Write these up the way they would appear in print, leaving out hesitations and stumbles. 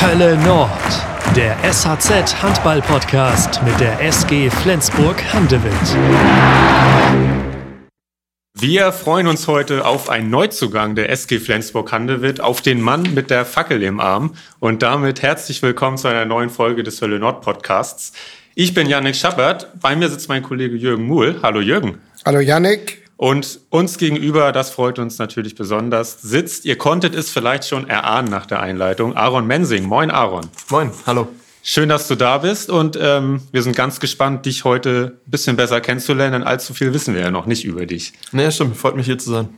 Hölle Nord, der SHZ Handball-Podcast mit der SG Flensburg-Handewitt. Wir freuen uns heute auf einen Neuzugang der SG Flensburg-Handewitt, auf den Mann mit der Fackel im Arm. Und damit herzlich willkommen zu einer neuen Folge des Hölle Nord Podcasts. Ich bin Yannick Schappert, bei mir sitzt mein Kollege Jürgen Muhl. Hallo Jürgen. Hallo Yannick. Und uns gegenüber, das freut uns natürlich besonders, sitzt, ihr konntet es vielleicht schon erahnen nach der Einleitung, Aaron Mensing. Moin Aaron. Moin, hallo. Schön, dass du da bist und wir sind ganz gespannt, dich heute ein bisschen besser kennenzulernen, denn allzu viel wissen wir ja noch nicht über dich. Nee, stimmt, freut mich hier zu sein.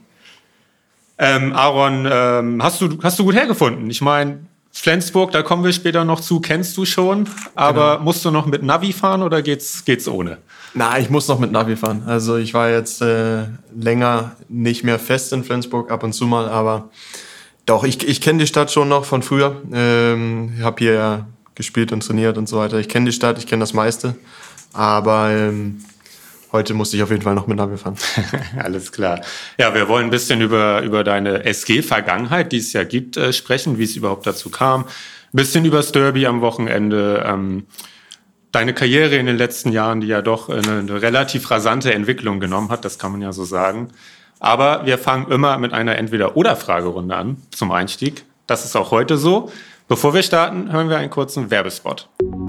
Aaron, hast du gut hergefunden? Ich meine, Flensburg, da kommen wir später noch zu, kennst du schon, aber genau. Musst du noch mit Navi fahren oder geht's ohne? Na, ich muss noch mit Navi fahren. Also ich war jetzt länger nicht mehr fest in Flensburg, ab und zu mal, aber doch, ich kenne die Stadt schon noch von früher. Ich habe hier ja gespielt und trainiert und so weiter. Ich kenne die Stadt, ich kenne das meiste, aber heute musste ich auf jeden Fall noch mit Navi fahren. Alles klar. Ja, wir wollen ein bisschen über deine SG-Vergangenheit, die es ja gibt, sprechen, wie es überhaupt dazu kam. Ein bisschen über das Derby am Wochenende, deine Karriere in den letzten Jahren, die ja doch eine relativ rasante Entwicklung genommen hat, das kann man ja so sagen. Aber wir fangen immer mit einer Entweder-oder-Fragerunde an zum Einstieg. Das ist auch heute so. Bevor wir starten, hören wir einen kurzen Werbespot.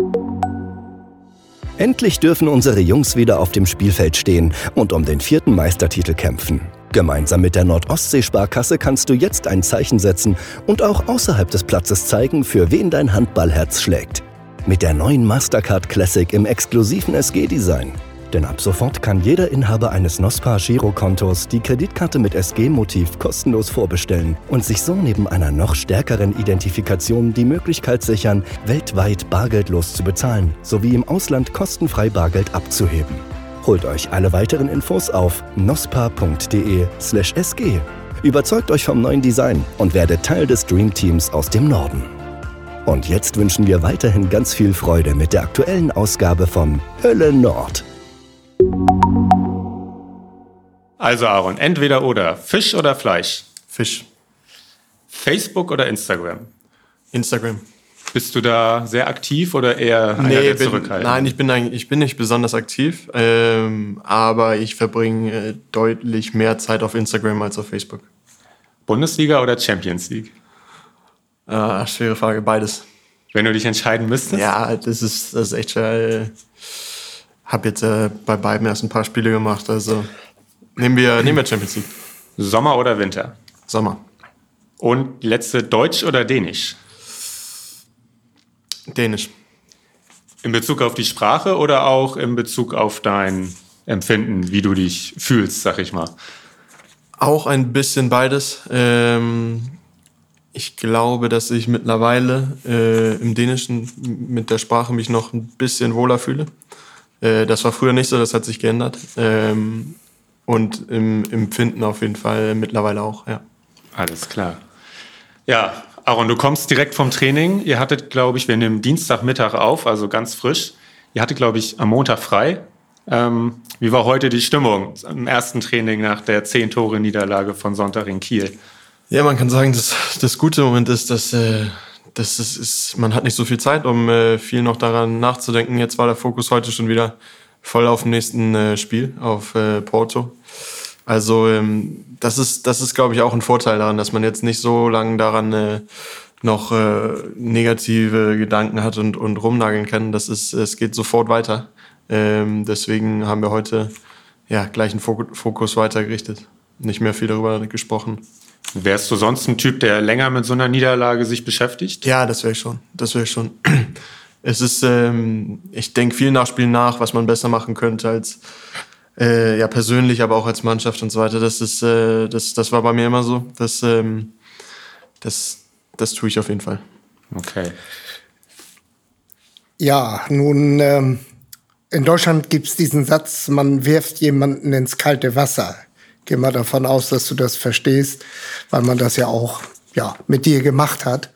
Endlich dürfen unsere Jungs wieder auf dem Spielfeld stehen und um den 4. Meistertitel kämpfen. Gemeinsam mit der Nordostsee-Sparkasse kannst du jetzt ein Zeichen setzen und auch außerhalb des Platzes zeigen, für wen dein Handballherz schlägt. Mit der neuen Mastercard Classic im exklusiven SG-Design. Denn ab sofort kann jeder Inhaber eines NOSPA-Girokontos die Kreditkarte mit SG-Motiv kostenlos vorbestellen und sich so neben einer noch stärkeren Identifikation die Möglichkeit sichern, weltweit bargeldlos zu bezahlen, sowie im Ausland kostenfrei Bargeld abzuheben. Holt euch alle weiteren Infos auf nospa.de/sg. Überzeugt euch vom neuen Design und werdet Teil des Dreamteams aus dem Norden. Und jetzt wünschen wir weiterhin ganz viel Freude mit der aktuellen Ausgabe von Hölle Nord. Also Aaron, entweder oder, Fisch oder Fleisch? Fisch. Facebook oder Instagram? Instagram. Bist du da sehr aktiv oder eher der zurückhaltend? Nein, ich bin nicht besonders aktiv, aber ich verbringe deutlich mehr Zeit auf Instagram als auf Facebook. Bundesliga oder Champions League? Schwere Frage, beides. Wenn du dich entscheiden müsstest? Ja, das ist echt schwer. Habe jetzt bei beiden erst ein paar Spiele gemacht, also nehmen wir Champions League. Sommer oder Winter? Sommer. Und die letzte, Deutsch oder Dänisch? Dänisch. In Bezug auf die Sprache oder auch in Bezug auf dein Empfinden, wie du dich fühlst, sag ich mal? Auch ein bisschen beides. Ich glaube, dass ich mittlerweile im Dänischen mit der Sprache mich noch ein bisschen wohler fühle. Das war früher nicht so, das hat sich geändert. Und im Empfinden auf jeden Fall mittlerweile auch, ja. Alles klar. Ja, Aaron, du kommst direkt vom Training. Ihr hattet, glaube ich, wir nehmen Dienstagmittag auf, also ganz frisch. Ihr hattet, glaube ich, am Montag frei. Wie war heute die Stimmung im ersten Training nach der 10-Tore-Niederlage von Sonntag in Kiel? Ja, man kann sagen, das Gute im Moment ist, dass man hat nicht so viel Zeit, um viel noch daran nachzudenken. Jetzt war der Fokus heute schon wieder voll auf dem nächsten Spiel, auf Porto. Also das ist, glaube ich, auch ein Vorteil daran, dass man jetzt nicht so lange daran noch negative Gedanken hat und rumnageln kann. Es geht sofort weiter. Deswegen haben wir heute gleich einen Fokus weitergerichtet. Nicht mehr viel darüber gesprochen. Wärst du sonst ein Typ, der länger mit so einer Niederlage sich beschäftigt? Ja, das wäre ich schon. Es ist, ich denke viel nach Spielen nach, was man besser machen könnte als persönlich, aber auch als Mannschaft und so weiter. Das war bei mir immer so. Das tue ich auf jeden Fall. Okay. Ja, nun, in Deutschland gibt es diesen Satz, man wirft jemanden ins kalte Wasser. Geh mal davon aus, dass du das verstehst, weil man das ja auch mit dir gemacht hat.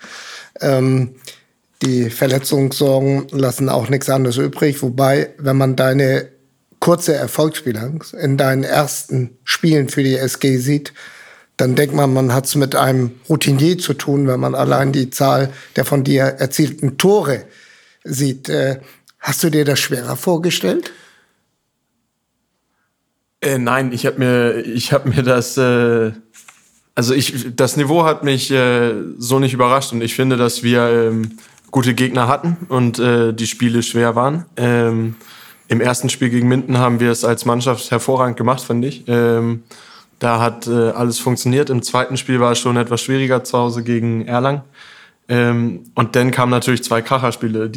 Die Verletzungssorgen lassen auch nichts anderes übrig. Wobei, wenn man deine kurze Erfolgsbilanz in deinen ersten Spielen für die SG sieht, dann denkt man hat es mit einem Routinier zu tun, wenn man allein die Zahl der von dir erzielten Tore sieht. Hast du dir das schwerer vorgestellt? Nein, ich habe mir das, das Niveau hat mich so nicht überrascht und ich finde, dass wir gute Gegner hatten und die Spiele schwer waren. Im ersten Spiel gegen Minden haben wir es als Mannschaft hervorragend gemacht, finde ich. Da hat alles funktioniert. Im zweiten Spiel war es schon etwas schwieriger zu Hause gegen Erlangen. Und dann kamen natürlich 2 Kracherspiele.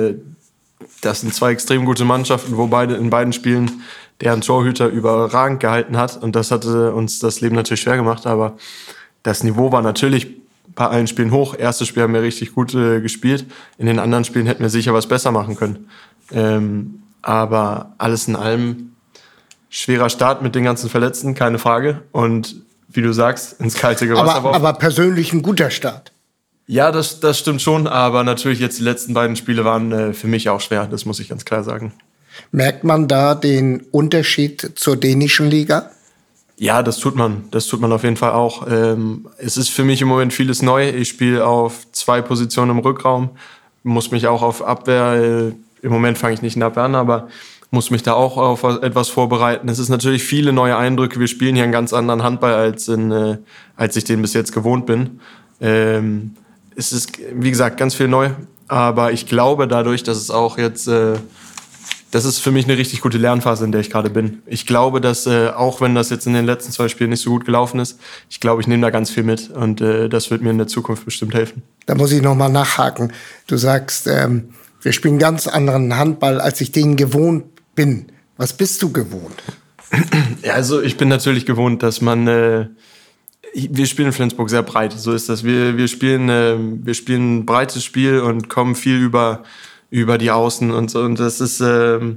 Das sind 2 extrem gute Mannschaften, wo in beiden Spielen deren Torhüter überragend gehalten hat. Und das hatte uns das Leben natürlich schwer gemacht. Aber das Niveau war natürlich bei allen Spielen hoch. Erstes Spiel haben wir richtig gut gespielt. In den anderen Spielen hätten wir sicher was besser machen können. Aber alles in allem schwerer Start mit den ganzen Verletzten, keine Frage. Und wie du sagst, ins kalte Gewasser. Aber persönlich ein guter Start. Ja, das stimmt schon. Aber natürlich jetzt die letzten beiden Spiele waren für mich auch schwer. Das muss ich ganz klar sagen. Merkt man da den Unterschied zur dänischen Liga? Ja, das tut man. Das tut man auf jeden Fall auch. Es ist für mich im Moment vieles neu. Ich spiele auf 2 Positionen im Rückraum. Muss mich auch auf Abwehr... Im Moment fange ich nicht in der Abwehr an, aber muss mich da auch auf etwas vorbereiten. Es ist natürlich viele neue Eindrücke. Wir spielen hier einen ganz anderen Handball, als ich den bis jetzt gewohnt bin. Es ist, wie gesagt, ganz viel neu. Aber ich glaube dadurch, dass es auch jetzt... das ist für mich eine richtig gute Lernphase, in der ich gerade bin. Ich glaube, dass, auch wenn das jetzt in den letzten 2 Spielen nicht so gut gelaufen ist, ich glaube, ich nehme da ganz viel mit. Und das wird mir in der Zukunft bestimmt helfen. Da muss ich noch mal nachhaken. Du sagst... wir spielen ganz anderen Handball, als ich den gewohnt bin. Was bist du gewohnt? Ja, also ich bin natürlich gewohnt, dass man... wir spielen in Flensburg sehr breit, so ist das. Wir spielen ein breites Spiel und kommen viel über die Außen und so. Und das ist...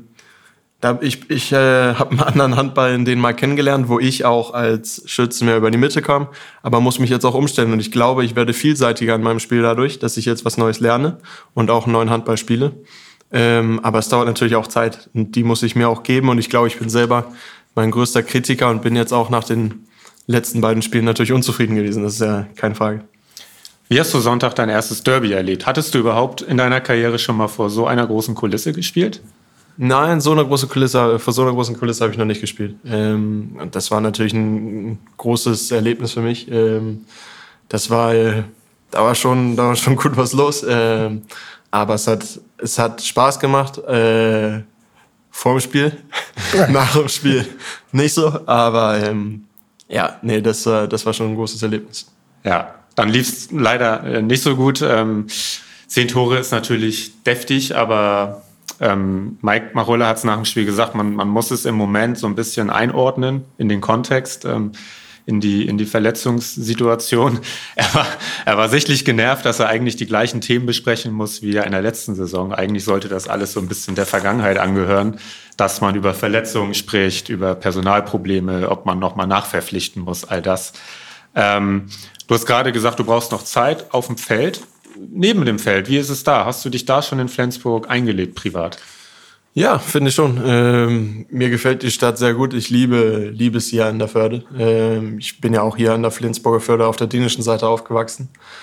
ich habe einen anderen Handball in den mal kennengelernt, wo ich auch als Schütze mehr über die Mitte kam, aber muss mich jetzt auch umstellen. Und ich glaube, ich werde vielseitiger in meinem Spiel dadurch, dass ich jetzt was Neues lerne und auch einen neuen Handball spiele. Aber es dauert natürlich auch Zeit und die muss ich mir auch geben. Und ich glaube, ich bin selber mein größter Kritiker und bin jetzt auch nach den letzten beiden Spielen natürlich unzufrieden gewesen. Das ist ja keine Frage. Wie hast du Sonntag dein erstes Derby erlebt? Hattest du überhaupt in deiner Karriere schon mal vor so einer großen Kulisse gespielt? Nein, vor so einer großen Kulisse habe ich noch nicht gespielt. Das war natürlich ein großes Erlebnis für mich. Da war schon gut was los. Aber es hat Spaß gemacht vor dem Spiel, nach dem Spiel nicht so. Aber das war schon ein großes Erlebnis. Ja, dann lief es leider nicht so gut. 10 Tore ist natürlich deftig, aber Mike Machulla hat es nach dem Spiel gesagt, man muss es im Moment so ein bisschen einordnen in den Kontext, in die Verletzungssituation. Er war sichtlich genervt, dass er eigentlich die gleichen Themen besprechen muss wie in der letzten Saison. Eigentlich sollte das alles so ein bisschen der Vergangenheit angehören, dass man über Verletzungen spricht, über Personalprobleme, ob man nochmal nachverpflichten muss, all das. Du hast gerade gesagt, du brauchst noch Zeit auf dem Feld. Neben dem Feld, wie ist es da? Hast du dich da schon in Flensburg eingelebt, privat? Ja, finde ich schon. Mir gefällt die Stadt sehr gut. Ich liebe es hier an der Förde. Ich bin ja auch hier an der Flensburger Förde auf der dänischen Seite aufgewachsen.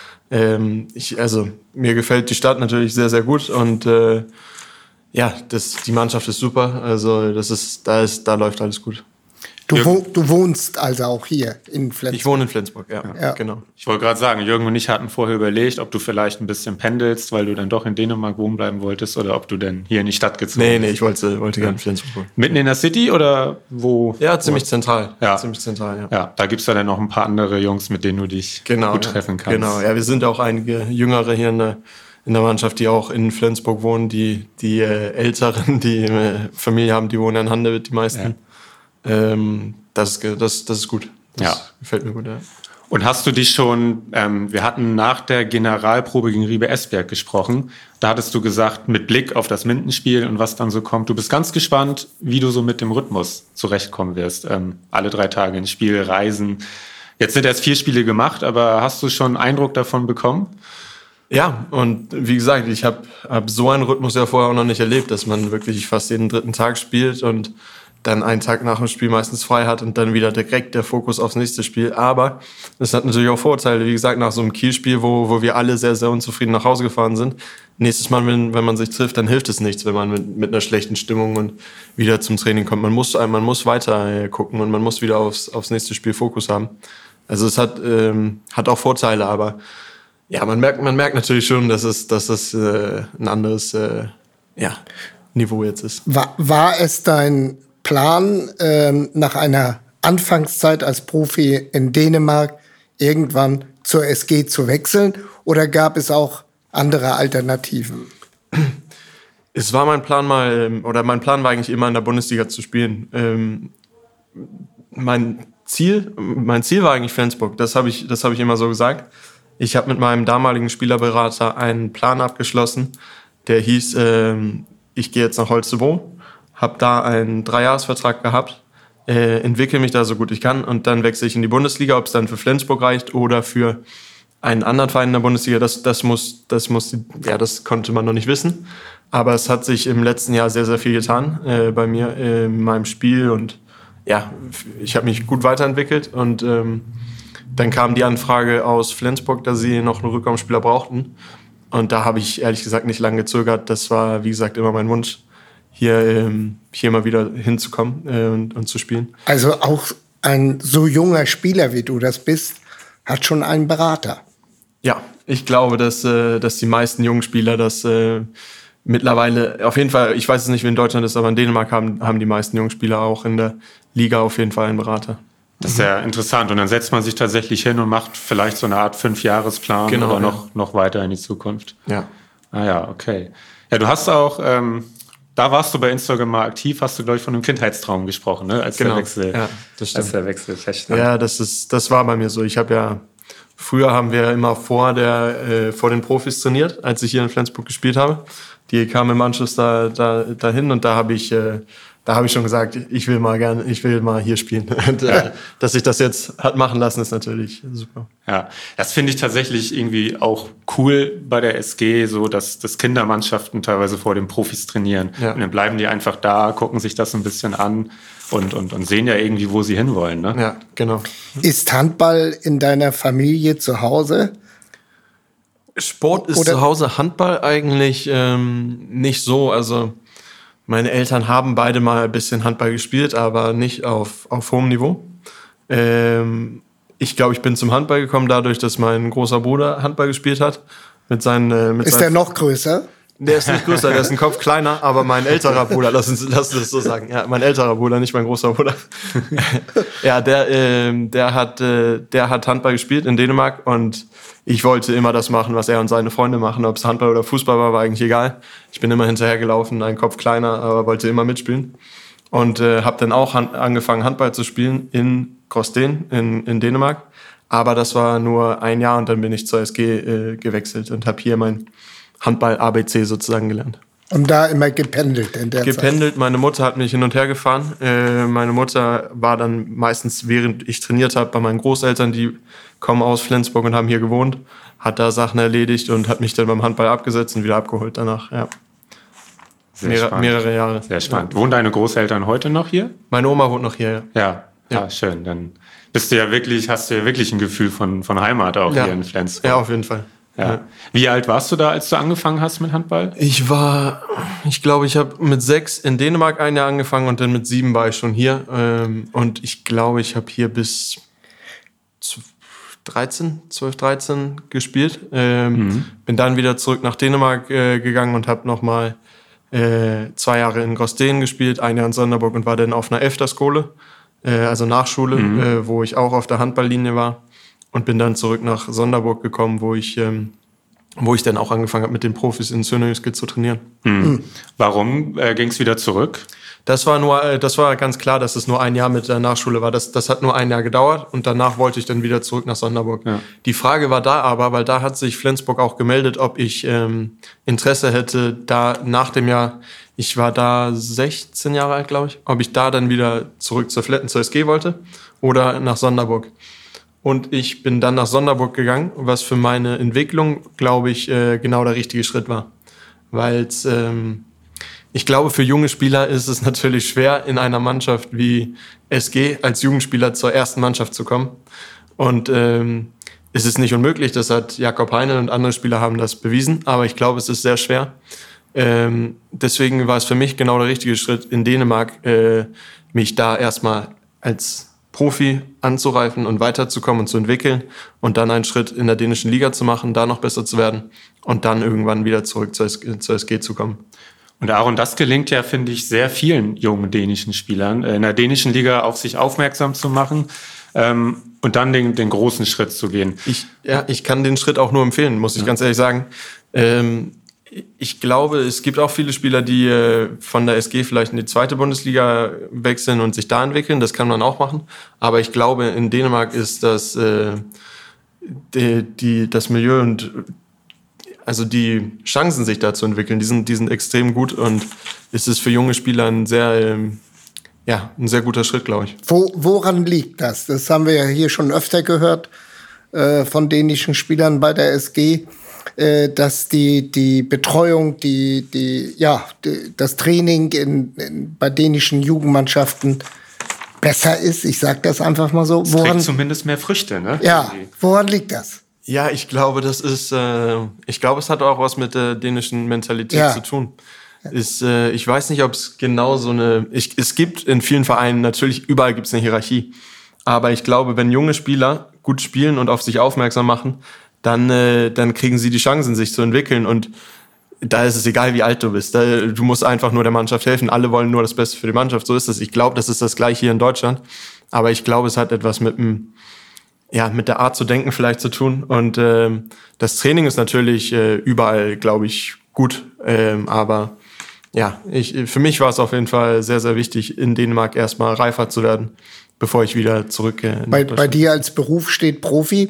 Mir gefällt die Stadt natürlich sehr, sehr gut. Und die Mannschaft ist super. Also da läuft alles gut. Du wohnst also auch hier in Flensburg? Ich wohne in Flensburg, ja. Genau. Ich wollte gerade sagen, Jürgen und ich hatten vorher überlegt, ob du vielleicht ein bisschen pendelst, weil du dann doch in Dänemark wohnen bleiben wolltest oder ob du denn hier in die Stadt gezogen bist. Nee, ich wollte gerne in Flensburg wohnen. Mitten in der City oder wo? Ja, ziemlich zentral. Ja. Ziemlich zentral, ja. Ja, da gibt es ja dann noch ein paar andere Jungs, mit denen du dich gut treffen kannst. Genau, ja, wir sind auch einige Jüngere hier in der Mannschaft, die auch in Flensburg wohnen, die Älteren, die Familie haben, die wohnen in Handewitt, die meisten. Ja. Das ist gut. Das gefällt mir gut, ja. Und hast du dich schon, wir hatten nach der Generalprobe gegen Ribe Esbjerg gesprochen, da hattest du gesagt, mit Blick auf das Mindenspiel und was dann so kommt, du bist ganz gespannt, wie du so mit dem Rhythmus zurechtkommen wirst. Alle 3 Tage ins Spiel, reisen. Jetzt sind erst 4 Spiele gemacht, aber hast du schon Eindruck davon bekommen? Ja, und wie gesagt, ich hab so einen Rhythmus ja vorher auch noch nicht erlebt, dass man wirklich fast jeden 3. Tag spielt und dann einen Tag nach dem Spiel meistens frei hat und dann wieder direkt der Fokus aufs nächste Spiel. Aber das hat natürlich auch Vorteile. Wie gesagt, nach so einem Kiel-Spiel, wo wir alle sehr, sehr unzufrieden nach Hause gefahren sind, nächstes Mal, wenn man sich trifft, dann hilft es nichts, wenn man mit einer schlechten Stimmung und wieder zum Training kommt. Man muss weiter gucken und man muss wieder aufs nächste Spiel Fokus haben. Also es hat auch Vorteile, aber ja, man merkt natürlich schon, dass es ein anderes Niveau jetzt ist. War es dein Plan, nach einer Anfangszeit als Profi in Dänemark irgendwann zur SG zu wechseln? Oder gab es auch andere Alternativen? Es war mein Plan mein Plan war eigentlich immer in der Bundesliga zu spielen. Mein Ziel war eigentlich Flensburg. Das habe ich immer so gesagt. Ich habe mit meinem damaligen Spielerberater einen Plan abgeschlossen, der hieß, ich gehe jetzt nach Holstebro, habe da einen 3-Jahres-Vertrag gehabt, entwickle mich da so gut ich kann und dann wechsle ich in die Bundesliga, ob es dann für Flensburg reicht oder für einen anderen Verein in der Bundesliga, das konnte man noch nicht wissen. Aber es hat sich im letzten Jahr sehr, sehr viel getan bei mir in meinem Spiel und ja, ich habe mich gut weiterentwickelt und dann kam die Anfrage aus Flensburg, dass sie noch einen Rückraumspieler brauchten. Und da habe ich ehrlich gesagt nicht lange gezögert. Das war, wie gesagt, immer mein Wunsch, hier mal wieder hinzukommen und zu spielen. Also auch ein so junger Spieler, wie du das bist, hat schon einen Berater. Ja, ich glaube, dass die meisten jungen Spieler das mittlerweile, auf jeden Fall, ich weiß es nicht, wie in Deutschland ist, aber in Dänemark haben die meisten jungen Spieler auch in der Liga auf jeden Fall einen Berater. Das ist ja interessant. Und dann setzt man sich tatsächlich hin und macht vielleicht so eine Art 5-Jahresplan oder noch weiter in die Zukunft. Ja. Ah ja, okay. Ja, du hast auch, da warst du bei Instagram mal aktiv, hast du, glaube ich, von einem Kindheitstraum gesprochen, ne? Als der Wechsel feststand. Ja, das war bei mir so. Früher haben wir immer vor den Profis trainiert, als ich hier in Flensburg gespielt habe. Die kamen im Anschluss dahin und da habe ich schon gesagt, ich will mal hier spielen. Und dass sich das jetzt hat machen lassen, ist natürlich super. Ja, das finde ich tatsächlich irgendwie auch cool bei der SG, so dass Kindermannschaften teilweise vor den Profis trainieren. Ja. Und dann bleiben die einfach da, gucken sich das ein bisschen an und sehen ja irgendwie, wo sie hinwollen. Ne? Ja, genau. Ist Handball in deiner Familie zu Hause? Sport ist zu Hause, Handball eigentlich nicht so. Also meine Eltern haben beide mal ein bisschen Handball gespielt, aber nicht auf hohem Niveau. Ich glaube, ich bin zum Handball gekommen dadurch, dass mein großer Bruder Handball gespielt hat. Ist der noch größer? Der ist nicht größer, der ist ein Kopf kleiner, aber mein älterer Bruder, lass uns das so sagen. Ja, mein älterer Bruder, nicht mein großer Bruder. Ja, der hat Handball gespielt in Dänemark und ich wollte immer das machen, was er und seine Freunde machen. Ob es Handball oder Fußball war eigentlich egal. Ich bin immer hinterhergelaufen, ein Kopf kleiner, aber wollte immer mitspielen. Und habe dann auch angefangen, Handball zu spielen in Gråsten in Dänemark. Aber das war nur ein Jahr und dann bin ich zur SG gewechselt und habe hier mein Handball-ABC sozusagen gelernt. Und da immer gependelt in der Zeit? Gependelt, meine Mutter hat mich hin und her gefahren. Meine Mutter war dann meistens, während ich trainiert habe, bei meinen Großeltern, die kommen aus Flensburg und haben hier gewohnt, hat da Sachen erledigt und hat mich dann beim Handball abgesetzt und wieder abgeholt danach. Ja. Mehrere Jahre. Sehr spannend. Ja. Wohnen deine Großeltern heute noch hier? Meine Oma wohnt noch hier, ja. Ja, schön. Dann hast du ja wirklich ein Gefühl von Heimat auch hier in Flensburg. Ja, auf jeden Fall. Ja. Wie alt warst du da, als du angefangen hast mit Handball? Ich glaube, ich habe mit 6 in Dänemark ein Jahr angefangen und dann mit 7 war ich schon hier. Und ich glaube, ich habe hier bis 12, 13 gespielt. Bin dann wieder zurück nach Dänemark gegangen und habe nochmal 2 Jahre in Gråsten gespielt, 1 Jahr in Sonderburg und war dann auf einer Efterskole, also Nachschule, wo ich auch auf der Handballlinie war. Und bin dann zurück nach Sonderburg gekommen, wo ich dann auch angefangen habe, mit den Profis in Sønderjyske zu trainieren. Warum ging es wieder zurück? Das war ganz klar, dass es nur ein Jahr mit der Nachschule war. Das hat nur ein Jahr gedauert und danach wollte ich dann wieder zurück nach Sonderburg. Ja. Die Frage war da aber, weil da hat sich Flensburg auch gemeldet, ob ich Interesse hätte, da nach dem Jahr, ich war da 16 Jahre alt, glaube ich, ob ich da dann wieder zurück zur SG wollte oder nach Sonderburg. Und ich bin dann nach Sonderburg gegangen, was für meine Entwicklung, glaube ich, genau der richtige Schritt war. Weil Ich glaube, für junge Spieler ist es natürlich schwer, in einer Mannschaft wie SG als Jugendspieler zur ersten Mannschaft zu kommen. Und es ist nicht unmöglich, das hat Jakob Heinl und andere Spieler haben das bewiesen, aber ich glaube, es ist sehr schwer. Deswegen war es für mich genau der richtige Schritt, in Dänemark mich da erstmal als Profi anzureifen und weiterzukommen und zu entwickeln und dann einen Schritt in der dänischen Liga zu machen, da noch besser zu werden und dann irgendwann wieder zurück zur SG zu kommen. Und Aaron, das gelingt ja, finde ich, sehr vielen jungen dänischen Spielern, in der dänischen Liga auf sich aufmerksam zu machen und dann den großen Schritt zu gehen. Ich kann den Schritt auch nur empfehlen, muss ich ganz ehrlich sagen. Ich glaube, es gibt auch viele Spieler, die von der SG vielleicht in die zweite Bundesliga wechseln und sich da entwickeln. Das kann man auch machen. Aber ich glaube, in Dänemark ist das Milieu und also die Chancen, sich da zu entwickeln, die sind extrem gut und es ist für junge Spieler ein sehr guter Schritt, glaube ich. Woran liegt das? Das haben wir ja hier schon öfter gehört von dänischen Spielern bei der SG, dass die Betreuung, das Training bei dänischen Jugendmannschaften besser ist. Ich sage das einfach mal so. Es trägt zumindest mehr Früchte, ne? Ja, woran liegt das? Ja, ich glaube, es hat auch was mit der dänischen Mentalität zu tun. Ich weiß nicht, ob es genau es gibt in vielen Vereinen, natürlich überall gibt es eine Hierarchie. Aber ich glaube, wenn junge Spieler gut spielen und auf sich aufmerksam machen, dann kriegen sie die Chancen, sich zu entwickeln. Und da ist es egal, wie alt du bist. Du musst einfach nur der Mannschaft helfen. Alle wollen nur das Beste für die Mannschaft. So ist es. Ich glaube, das ist das Gleiche hier in Deutschland. Aber ich glaube, es hat etwas mit der Art zu denken vielleicht zu tun. Und das Training ist natürlich überall, glaube ich, gut. Aber ja, für mich war es auf jeden Fall sehr, sehr wichtig, in Dänemark erstmal reifer zu werden, bevor ich wieder zurück bei dir als Beruf steht Profi.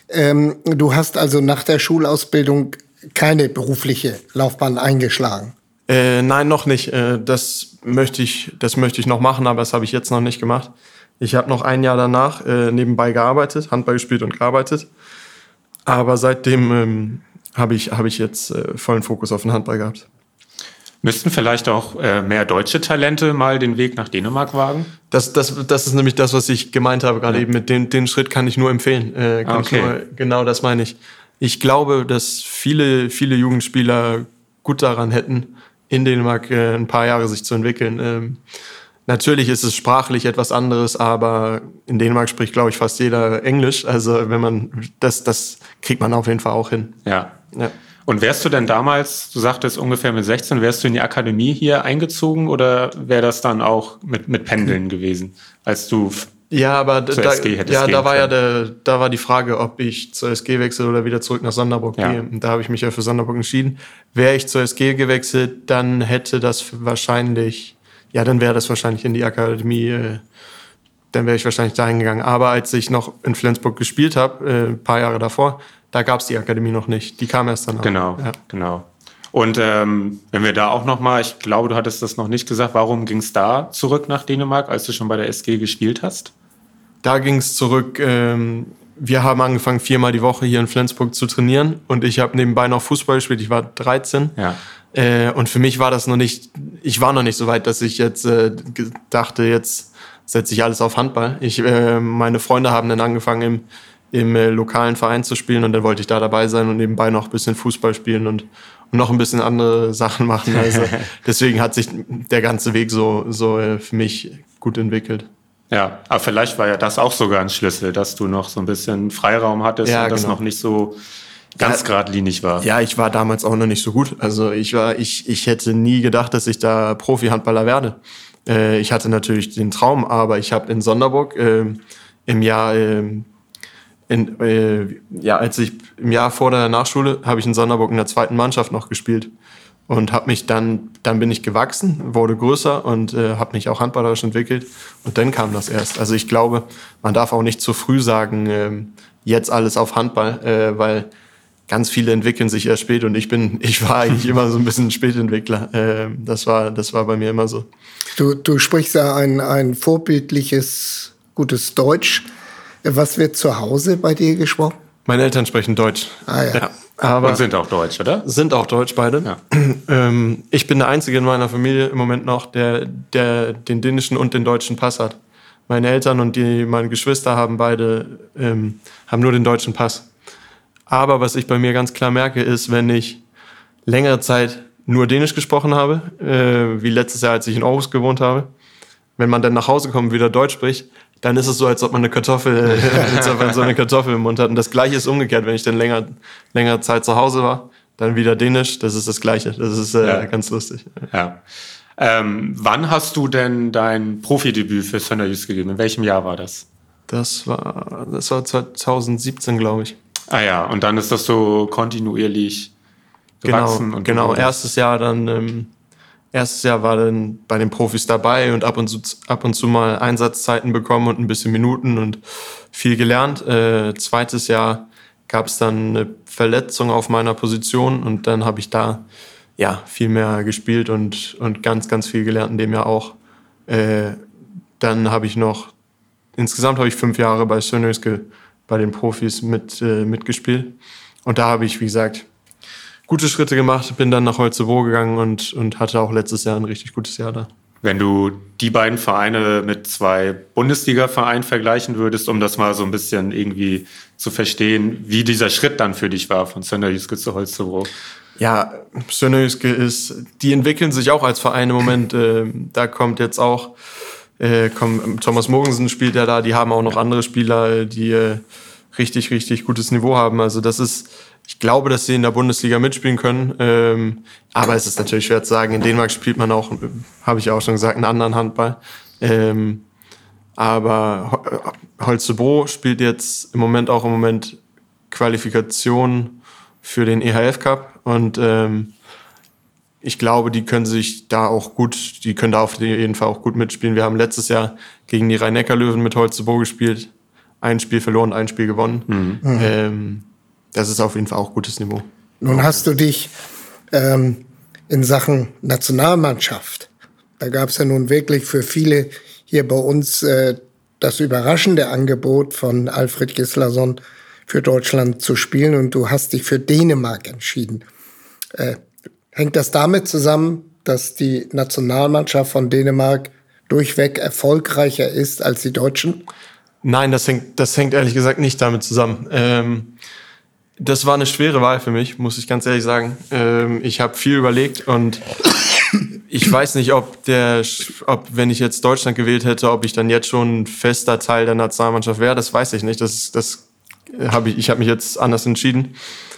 Du hast also nach der Schulausbildung keine berufliche Laufbahn eingeschlagen? Nein, noch nicht. Das möchte ich noch machen, aber das habe ich jetzt noch nicht gemacht. Ich habe noch ein Jahr danach nebenbei gearbeitet, Handball gespielt und gearbeitet. Aber seitdem habe ich jetzt vollen Fokus auf den Handball gehabt. Müssten vielleicht auch mehr deutsche Talente mal den Weg nach Dänemark wagen? Das ist nämlich das, was ich gemeint habe gerade eben. Mit den Schritt kann ich nur empfehlen. Genau das meine ich. Ich glaube, dass viele Jugendspieler gut daran hätten, in Dänemark ein paar Jahre sich zu entwickeln. Natürlich ist es sprachlich etwas anderes, aber in Dänemark spricht, glaube ich, fast jeder Englisch. Also wenn man das kriegt man auf jeden Fall auch hin. Ja. Und wärst du denn damals, du sagtest ungefähr mit 16, wärst du in die Akademie hier eingezogen oder wäre das dann auch mit Pendeln gewesen, als du zur SG hättest gehen können? Da war die Frage, ob ich zur SG wechsle oder wieder zurück nach Sonderburg gehe. Und da habe ich mich ja für Sonderburg entschieden. Wäre ich zur SG gewechselt, dann hätte das wahrscheinlich, dann wäre das wahrscheinlich in die Akademie, dann wäre ich wahrscheinlich dahin gegangen. Aber als ich noch in Flensburg gespielt habe, ein paar Jahre davor, da gab es die Akademie noch nicht. Die kam erst danach. Genau. Und wenn wir da auch noch mal, ich glaube, du hattest das noch nicht gesagt, warum ging es da zurück nach Dänemark, als du schon bei der SG gespielt hast? Da ging es zurück. Wir haben angefangen, 4-mal die Woche hier in Flensburg zu trainieren. Und ich habe nebenbei noch Fußball gespielt. Ich war 13. Ja. Und für mich war das ich war noch nicht so weit, dass ich jetzt dachte, jetzt setze ich alles auf Handball. Meine Freunde haben dann angefangen, im lokalen Verein zu spielen und dann wollte ich da dabei sein und nebenbei noch ein bisschen Fußball spielen und noch ein bisschen andere Sachen machen. Also deswegen hat sich der ganze Weg so für mich gut entwickelt. Ja, aber vielleicht war ja das auch sogar ein Schlüssel, dass du noch so ein bisschen Freiraum hattest und das noch nicht so ganz geradlinig war. Ja, ich war damals auch noch nicht so gut. Also ich hätte nie gedacht, dass ich da Profi-Handballer werde. Ich hatte natürlich den Traum, aber ich habe in Sonderburg im Jahr als ich im Jahr vor der Nachschule habe ich in Sonderburg in der zweiten Mannschaft noch gespielt und habe mich dann bin ich gewachsen, wurde größer und habe mich auch handballerisch entwickelt und dann kam das erst. Also ich glaube, man darf auch nicht zu früh sagen, jetzt alles auf Handball, weil ganz viele entwickeln sich erst spät und ich war eigentlich immer so ein bisschen Spätentwickler. Das war bei mir immer so. Du sprichst ja ein vorbildliches, gutes Deutsch. Was wird zu Hause bei dir gesprochen? Meine Eltern sprechen Deutsch. Ah, ja. Und sind auch deutsch, oder? Sind auch deutsch, beide. Ja. Ich bin der Einzige in meiner Familie im Moment noch, der den dänischen und den deutschen Pass hat. Meine Eltern und meine Geschwister haben beide haben nur den deutschen Pass. Aber was ich bei mir ganz klar merke, ist, wenn ich längere Zeit nur Dänisch gesprochen habe, wie letztes Jahr, als ich in Aarhus gewohnt habe, wenn man dann nach Hause kommt und wieder Deutsch spricht, dann ist es so, als ob man so eine Kartoffel im Mund hat. Und das Gleiche ist umgekehrt, wenn ich dann längere Zeit zu Hause war, dann wieder Dänisch, das ist das Gleiche. Das ist ganz lustig. Ja. Wann hast du denn dein Profidebüt für Sønderjysk gegeben? In welchem Jahr war das? Das war 2017, glaube ich. Ah ja, und dann ist das so kontinuierlich gewachsen. Genau. Erstes Jahr war dann bei den Profis dabei und ab und zu mal Einsatzzeiten bekommen und ein bisschen Minuten und viel gelernt. Zweites Jahr gab es dann eine Verletzung auf meiner Position und dann habe ich da viel mehr gespielt und ganz, ganz viel gelernt in dem Jahr auch. Dann habe ich insgesamt habe ich 5 Jahre bei Sønderjysk bei den Profis mitgespielt. Und da habe ich, wie gesagt, gute Schritte gemacht, bin dann nach Holstebro gegangen und hatte auch letztes Jahr ein richtig gutes Jahr da. Wenn du die beiden Vereine mit 2 Bundesliga-Vereinen vergleichen würdest, um das mal so ein bisschen irgendwie zu verstehen, wie dieser Schritt dann für dich war von Sønderjysk zu Holstebro. Ja, Sønderjysk die entwickeln sich auch als Verein im Moment. Da kommt jetzt auch Thomas Mogensen spielt ja da, die haben auch noch andere Spieler, die richtig, richtig gutes Niveau haben. Also ich glaube, dass sie in der Bundesliga mitspielen können. Aber es ist natürlich schwer zu sagen. In Dänemark spielt man auch, habe ich auch schon gesagt, einen anderen Handball. Aber Holstebro spielt jetzt im Moment Qualifikation für den EHF Cup und ich glaube, die können da auf jeden Fall auch gut mitspielen. Wir haben letztes Jahr gegen die Rhein-Neckar-Löwen mit Holstebro gespielt. Ein Spiel verloren, ein Spiel gewonnen. Das ist auf jeden Fall auch gutes Niveau. Nun hast du dich in Sachen Nationalmannschaft, da gab es ja nun wirklich für viele hier bei uns das überraschende Angebot von Alfred Gislason für Deutschland zu spielen und du hast dich für Dänemark entschieden. Hängt das damit zusammen, dass die Nationalmannschaft von Dänemark durchweg erfolgreicher ist als die Deutschen? Nein, das hängt ehrlich gesagt nicht damit zusammen. Das war eine schwere Wahl für mich, muss ich ganz ehrlich sagen. Ich habe viel überlegt und ich weiß nicht, ob wenn ich jetzt Deutschland gewählt hätte, ob ich dann jetzt schon ein fester Teil der Nationalmannschaft wäre. Das weiß ich nicht. Ich habe mich jetzt anders entschieden.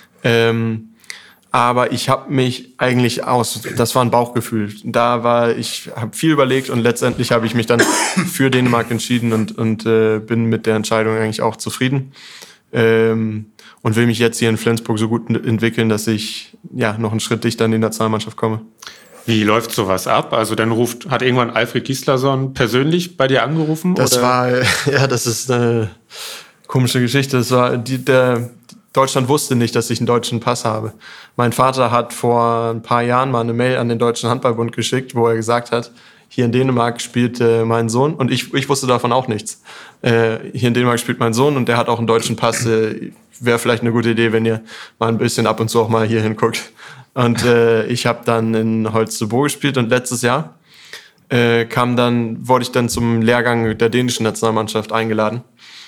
Aber ich habe mich eigentlich das war ein Bauchgefühl. Ich habe viel überlegt und letztendlich habe ich mich dann für Dänemark entschieden und bin mit der Entscheidung eigentlich auch zufrieden. Und will mich jetzt hier in Flensburg so gut entwickeln, dass ich noch einen Schritt dichter an die Nationalmannschaft komme. Wie läuft sowas ab? Also dann hat irgendwann Alfred Gislason persönlich bei dir angerufen? Das ist eine komische Geschichte. Deutschland wusste nicht, dass ich einen deutschen Pass habe. Mein Vater hat vor ein paar Jahren mal eine Mail an den Deutschen Handballbund geschickt, wo er gesagt hat, hier in Dänemark spielt mein Sohn, und ich wusste davon auch nichts. Hier in Dänemark spielt mein Sohn und der hat auch einen deutschen Pass. Wäre vielleicht eine gute Idee, wenn ihr mal ein bisschen ab und zu auch mal hier hinguckt. Und ich habe dann in Holstebro gespielt und letztes Jahr wurde ich dann zum Lehrgang der dänischen Nationalmannschaft eingeladen.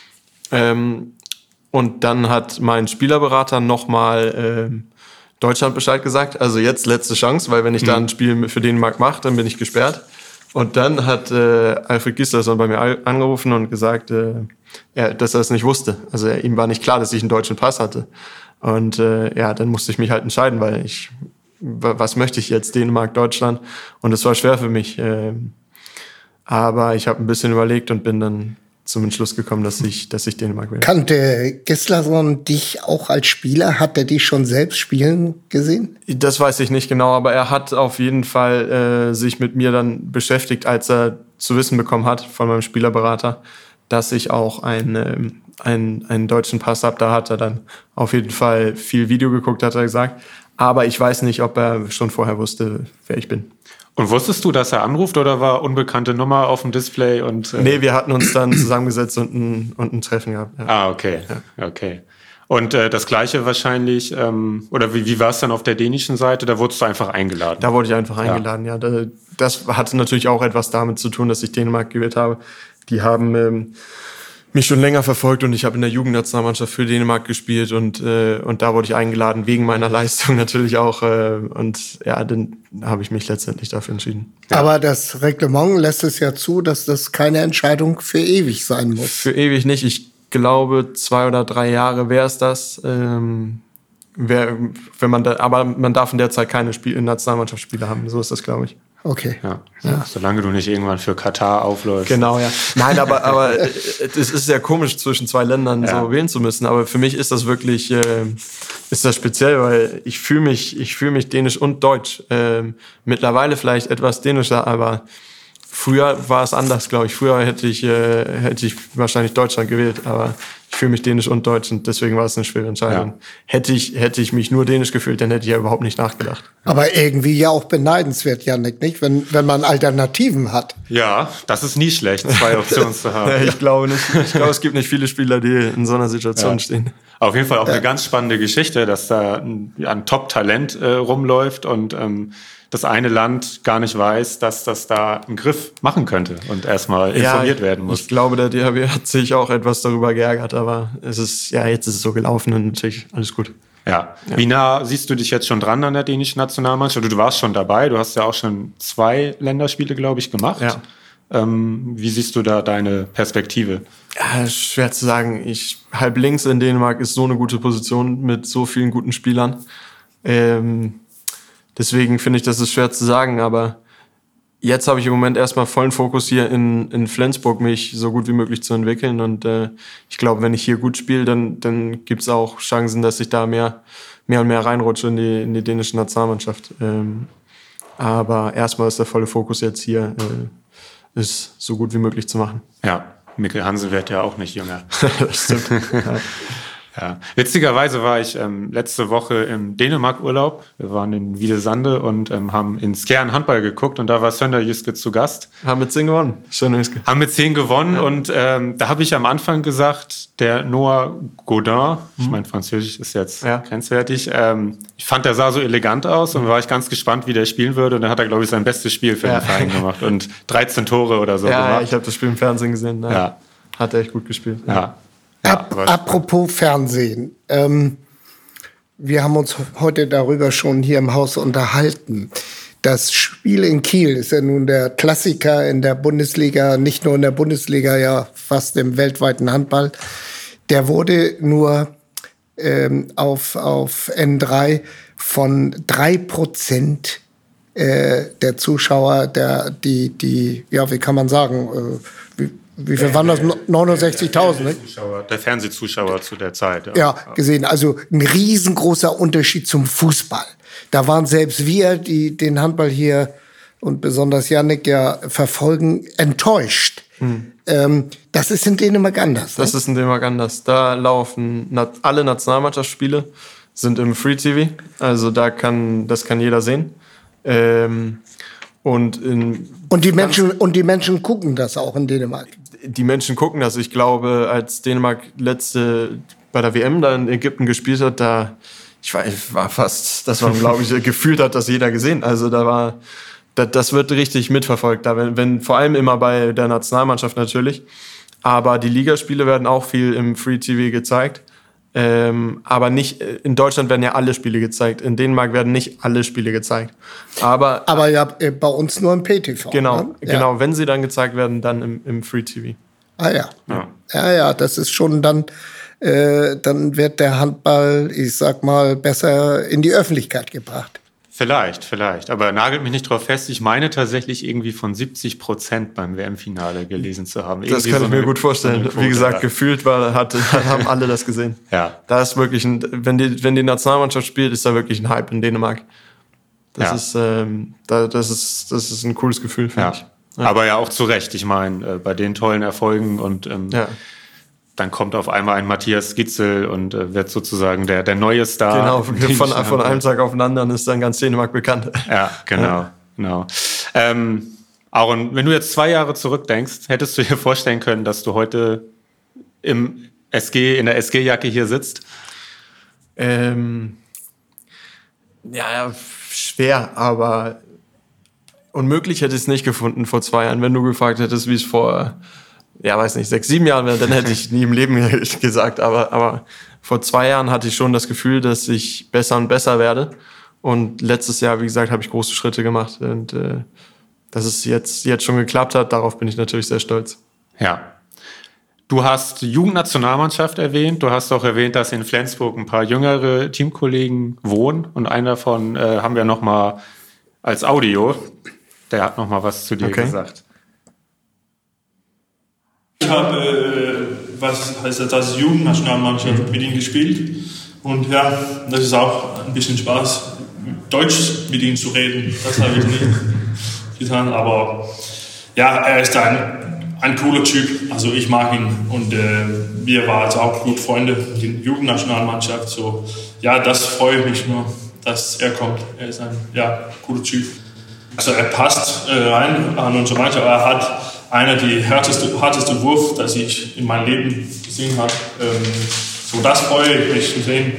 Und dann hat mein Spielerberater nochmal Deutschland Bescheid gesagt. Also jetzt letzte Chance, weil wenn ich da ein Spiel für Dänemark mache, dann bin ich gesperrt. Und dann hat Alfred Gislason bei mir angerufen und gesagt, dass er es nicht wusste. Also ihm war nicht klar, dass ich einen deutschen Pass hatte. Und dann musste ich mich halt entscheiden, weil was möchte ich jetzt, Dänemark, Deutschland? Und es war schwer für mich. Aber ich habe ein bisschen überlegt und bin dann zum Entschluss gekommen, dass ich Dänemark will. Kannte Gislason dich auch als Spieler? Hat er dich schon selbst spielen gesehen? Das weiß ich nicht genau, aber er hat auf jeden Fall sich mit mir dann beschäftigt, als er zu wissen bekommen hat von meinem Spielerberater, dass ich auch einen deutschen Pass habe. Da hat er dann auf jeden Fall viel Video geguckt, hat er gesagt. Aber ich weiß nicht, ob er schon vorher wusste, wer ich bin. Und wusstest du, dass er anruft, oder war unbekannte Nummer auf dem Display? Nee, wir hatten uns dann zusammengesetzt und ein Treffen gehabt. Ja. Okay. Ja. Okay. Und das Gleiche wahrscheinlich, oder wie war es dann auf der dänischen Seite? Da wurdest du einfach eingeladen. Da wurde ich einfach eingeladen, ja. Das hatte natürlich auch etwas damit zu tun, dass ich Dänemark gewählt habe. Die haben mich schon länger verfolgt und ich habe in der Jugendnationalmannschaft für Dänemark gespielt und da wurde ich eingeladen, wegen meiner Leistung natürlich auch. Und ja, dann habe ich mich letztendlich dafür entschieden. Ja. Aber das Reglement lässt es ja zu, dass das keine Entscheidung für ewig sein muss. Für ewig nicht. Ich glaube, 2 oder 3 Jahre wäre es das. Wenn man aber man darf in der Zeit keine Nationalmannschaftsspiele haben. So ist das, glaube ich. Okay. Ja. Solange du nicht irgendwann für Katar aufläufst. Genau, ja. Nein, aber es ist sehr komisch, zwischen 2 Ländern so wählen zu müssen. Aber für mich ist das wirklich ist das speziell, weil ich fühle mich dänisch und deutsch. Mittlerweile vielleicht etwas dänischer, aber früher war es anders, glaube ich. Früher hätte ich wahrscheinlich Deutschland gewählt, aber ich fühle mich dänisch und deutsch und deswegen war es eine schwere Entscheidung. Ja. Hätte ich mich nur dänisch gefühlt, dann hätte ich ja überhaupt nicht nachgedacht. Aber irgendwie ja auch beneidenswert, Yannick, nicht? Wenn man Alternativen hat. Ja, das ist nie schlecht, 2 Optionen zu haben. Ich glaube nicht. Ich glaube, es gibt nicht viele Spieler, die in so einer Situation stehen. Auf jeden Fall auch eine ganz spannende Geschichte, dass da ein Top-Talent rumläuft und das eine Land gar nicht weiß, dass das da einen Griff machen könnte und erstmal informiert werden muss. Ich glaube, der DHB hat sich auch etwas darüber geärgert, aber jetzt ist es so gelaufen und natürlich alles gut. Ja. Wie nah siehst du dich jetzt schon dran an der dänischen Nationalmannschaft? Du warst schon dabei, du hast ja auch schon 2 Länderspiele, glaube ich, gemacht. Ja. Wie siehst du da deine Perspektive? Ja, schwer zu sagen. Halb links in Dänemark ist so eine gute Position mit so vielen guten Spielern. Deswegen finde ich, das ist schwer zu sagen, aber jetzt habe ich im Moment erstmal vollen Fokus hier in Flensburg, mich so gut wie möglich zu entwickeln und ich glaube, wenn ich hier gut spiele, dann gibt es auch Chancen, dass ich da mehr und mehr reinrutsche in die dänische Nationalmannschaft. Aber erstmal ist der volle Fokus jetzt hier, ist so gut wie möglich zu machen. Ja, Mikkel Hansen wird ja auch nicht jünger. Das stimmt. Ja. Ja. Witzigerweise war ich letzte Woche im Dänemark-Urlaub. Wir waren in Wiedesande und haben in Skjern Handball geguckt und da war Sønderjyske zu Gast. Haben mit 10 gewonnen. Haben mit 10 gewonnen und da habe ich am Anfang gesagt, der Noah Godin, ich meine Französisch ist jetzt grenzwertig, ich fand, der sah so elegant aus und war ich ganz gespannt, wie der spielen würde und dann hat er, glaube ich, sein bestes Spiel für den Verein gemacht und 13 Tore oder so gemacht. Ja, ich habe das Spiel im Fernsehen gesehen. Ja. Hat er echt gut gespielt. Ja. Apropos Fernsehen. Wir haben uns heute darüber schon hier im Haus unterhalten. Das Spiel in Kiel ist ja nun der Klassiker in der Bundesliga, nicht nur in der Bundesliga, ja fast im weltweiten Handball. Der wurde nur auf N3 von 3% der Zuschauer, wie kann man sagen, wie viel waren das? 69.000, ne? Der Fernsehzuschauer zu der Zeit. Ja, gesehen. Also ein riesengroßer Unterschied zum Fußball. Da waren selbst wir, die den Handball hier und besonders Yannick ja verfolgen, enttäuscht. Das ist in Dänemark anders. Das ist in Dänemark anders. Da laufen alle Nationalmannschaftsspiele, sind im Free TV. Also das kann jeder sehen. Und die Menschen gucken das auch in Dänemark. Die Menschen gucken das. Ich glaube, als Dänemark bei der WM da in Ägypten gespielt hat, glaube ich, gefühlt hat das jeder gesehen. Also das wird richtig mitverfolgt. Wenn vor allem immer bei der Nationalmannschaft natürlich. Aber die Ligaspiele werden auch viel im Free TV gezeigt. Aber nicht, in Deutschland werden ja alle Spiele gezeigt. In Dänemark werden nicht alle Spiele gezeigt. Aber ja, bei uns nur im PTV. Genau, genau. Wenn sie dann gezeigt werden, dann im Free TV. Ah ja. Ja, das ist schon dann wird der Handball, ich sag mal, besser in die Öffentlichkeit gebracht. Vielleicht. Aber nagelt mich nicht drauf fest. Ich meine tatsächlich irgendwie von 70% beim WM-Finale gelesen zu haben. Das kann ich mir gut vorstellen. Wie gesagt, gefühlt haben alle das gesehen. Ja. Da ist wirklich wenn die Nationalmannschaft spielt, ist da wirklich ein Hype in Dänemark. Das ist ein cooles Gefühl, finde ich. Ja. Aber ja auch zu Recht. Ich meine, bei den tollen Erfolgen und dann kommt auf einmal ein Matthias Gitzel und wird sozusagen der neue Star. Genau, von einem Tag auf den anderen ist dann ganz Dänemark bekannt. Ja, genau. Aaron, wenn du jetzt 2 Jahre zurückdenkst, hättest du dir vorstellen können, dass du heute in der SG-Jacke hier sitzt? Ja, schwer, aber unmöglich hätte ich es nicht gefunden vor 2 Jahren. Wenn du gefragt hättest, wie es vor, 6, 7 Jahren wäre, dann hätte ich nie im Leben gesagt. Aber vor 2 Jahren hatte ich schon das Gefühl, dass ich besser und besser werde. Und letztes Jahr, wie gesagt, habe ich große Schritte gemacht. Und dass es jetzt schon geklappt hat, darauf bin ich natürlich sehr stolz. Ja. Du hast Jugendnationalmannschaft erwähnt. Du hast auch erwähnt, dass in Flensburg ein paar jüngere Teamkollegen wohnen. Und einen davon haben wir noch mal als Audio. Der hat noch mal was zu dir gesagt. Ich habe, das Jugendnationalmannschaft mit ihm gespielt. Und ja, das ist auch ein bisschen Spaß, Deutsch mit ihm zu reden. Das habe ich nicht getan. Aber ja, er ist ein cooler Typ, also ich mag ihn und wir waren also auch gut Freunde in der Jugendnationalmannschaft. So, ja, das freut mich nur, dass er kommt. Er ist ein cooler Typ. Also er passt rein an unsere Mannschaft. Er hat einer der härteste Wurf, das ich in meinem Leben gesehen habe. So, das freut mich zu sehen.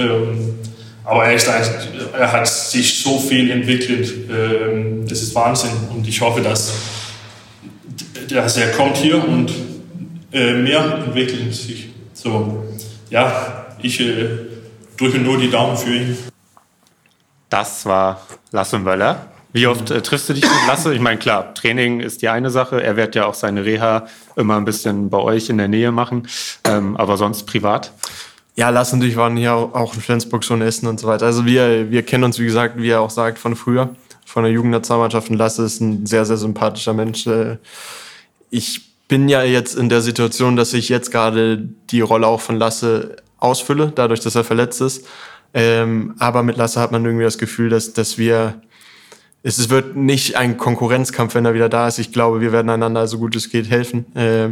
Aber er hat sich so viel entwickelt. Das ist Wahnsinn und ich hoffe, dass er kommt hier und mehr entwickelt sich. So, ja, ich drücke nur die Daumen für ihn. Das war Lasse Möller. Wie oft triffst du dich mit Lasse? Ich meine, klar, Training ist die eine Sache. Er wird ja auch seine Reha immer ein bisschen bei euch in der Nähe machen. Aber sonst privat? Ja, Lasse und ich waren hier auch in Flensburg schon essen und so weiter. Also wir kennen uns, wie gesagt, wie er auch sagt, von früher, von der Jugendnationalmannschaft. Und Lasse ist ein sehr, sehr sympathischer Mensch. Ich bin ja jetzt in der Situation, dass ich jetzt gerade die Rolle auch von Lasse ausfülle, dadurch, dass er verletzt ist. Aber mit Lasse hat man irgendwie das Gefühl, dass es wird nicht ein Konkurrenzkampf, wenn er wieder da ist. Ich glaube, wir werden einander so gut es geht helfen.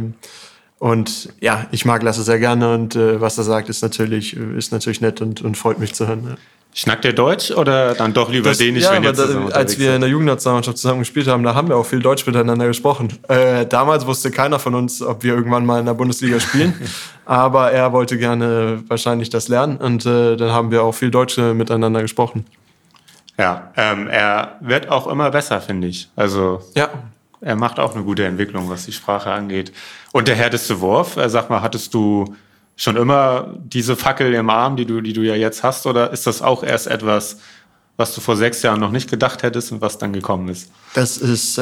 Und ja, ich mag Lasse sehr gerne und was er sagt, ist natürlich nett und freut mich zu hören. Ja. Schnackt ihr Deutsch oder dann doch lieber Dänisch, wenn ihr zusammen unterwegs als wir seid? in der Jugendnationalmannschaft zusammen gespielt haben, da haben wir auch viel Deutsch miteinander gesprochen. Damals wusste keiner von uns, ob wir irgendwann mal in der Bundesliga spielen. Aber er wollte gerne wahrscheinlich das lernen und dann haben wir auch viel Deutsch miteinander gesprochen. Ja, er wird auch immer besser, finde ich. Also ja. Er macht auch eine gute Entwicklung, was die Sprache angeht. Und der härteste Wurf, sag mal, hattest du schon immer diese Fackel im Arm, die du ja jetzt hast, oder ist das auch erst etwas, was du vor 6 Jahren noch nicht gedacht hättest und was dann gekommen ist? Das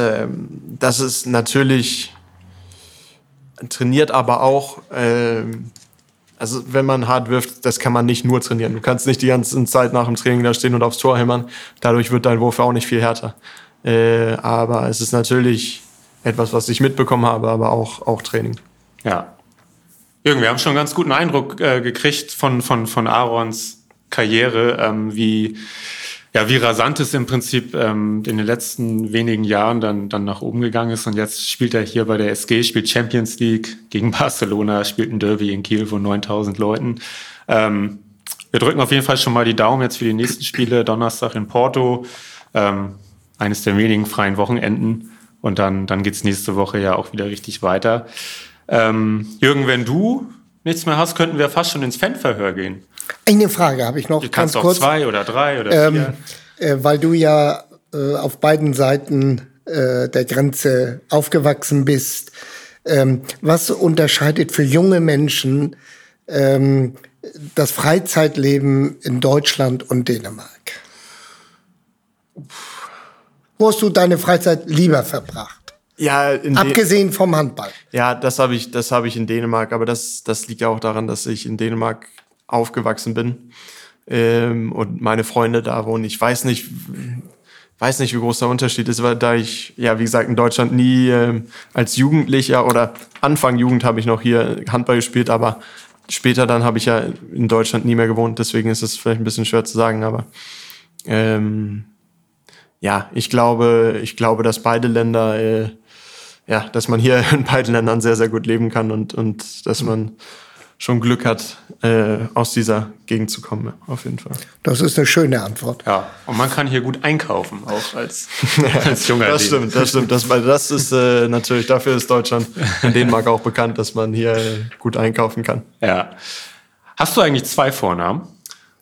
ist natürlich trainiert, aber auch, also wenn man hart wirft, das kann man nicht nur trainieren. Du kannst nicht die ganze Zeit nach dem Training da stehen und aufs Tor hämmern. Dadurch wird dein Wurf auch nicht viel härter. Aber es ist natürlich etwas, was ich mitbekommen habe, aber auch Training. Ja. Jürgen, wir haben schon einen ganz guten Eindruck gekriegt von Aarons Karriere, wie rasant es im Prinzip in den letzten wenigen Jahren dann nach oben gegangen ist. Und jetzt spielt er hier bei der SG, spielt Champions League gegen Barcelona, spielt ein Derby in Kiel von 9.000 Leuten. Wir drücken auf jeden Fall schon mal die Daumen jetzt für die nächsten Spiele. Donnerstag in Porto, eines der wenigen freien Wochenenden. Und dann geht's nächste Woche ja auch wieder richtig weiter. Jürgen, wenn du nichts mehr hast, könnten wir fast schon ins Fanverhör gehen. Eine Frage habe ich noch. Du kannst auch kurz. 2 oder 3 oder 4. Weil du ja auf beiden Seiten der Grenze aufgewachsen bist. Was unterscheidet für junge Menschen das Freizeitleben in Deutschland und Dänemark? Wo hast du deine Freizeit lieber verbracht? Ja, abgesehen vom Handball. Ja, das habe ich in Dänemark, aber das liegt ja auch daran, dass ich in Dänemark aufgewachsen bin und meine Freunde da wohnen. Ich weiß nicht, wie groß der Unterschied ist, weil da ich, ja, wie gesagt, in Deutschland nie als Jugendlicher oder Anfang Jugend habe ich noch hier Handball gespielt, aber später dann habe ich ja in Deutschland nie mehr gewohnt, deswegen ist es vielleicht ein bisschen schwer zu sagen, aber ja, ich glaube, dass beide Länder, dass man hier in beiden Ländern sehr, sehr gut leben kann und dass man schon Glück hat, aus dieser Gegend zu kommen, auf jeden Fall. Das ist eine schöne Antwort. Ja, und man kann hier gut einkaufen, auch als junger Das stimmt. Das ist natürlich, dafür ist Deutschland in Dänemark auch bekannt, dass man hier gut einkaufen kann. Ja. Hast du eigentlich 2 Vornamen?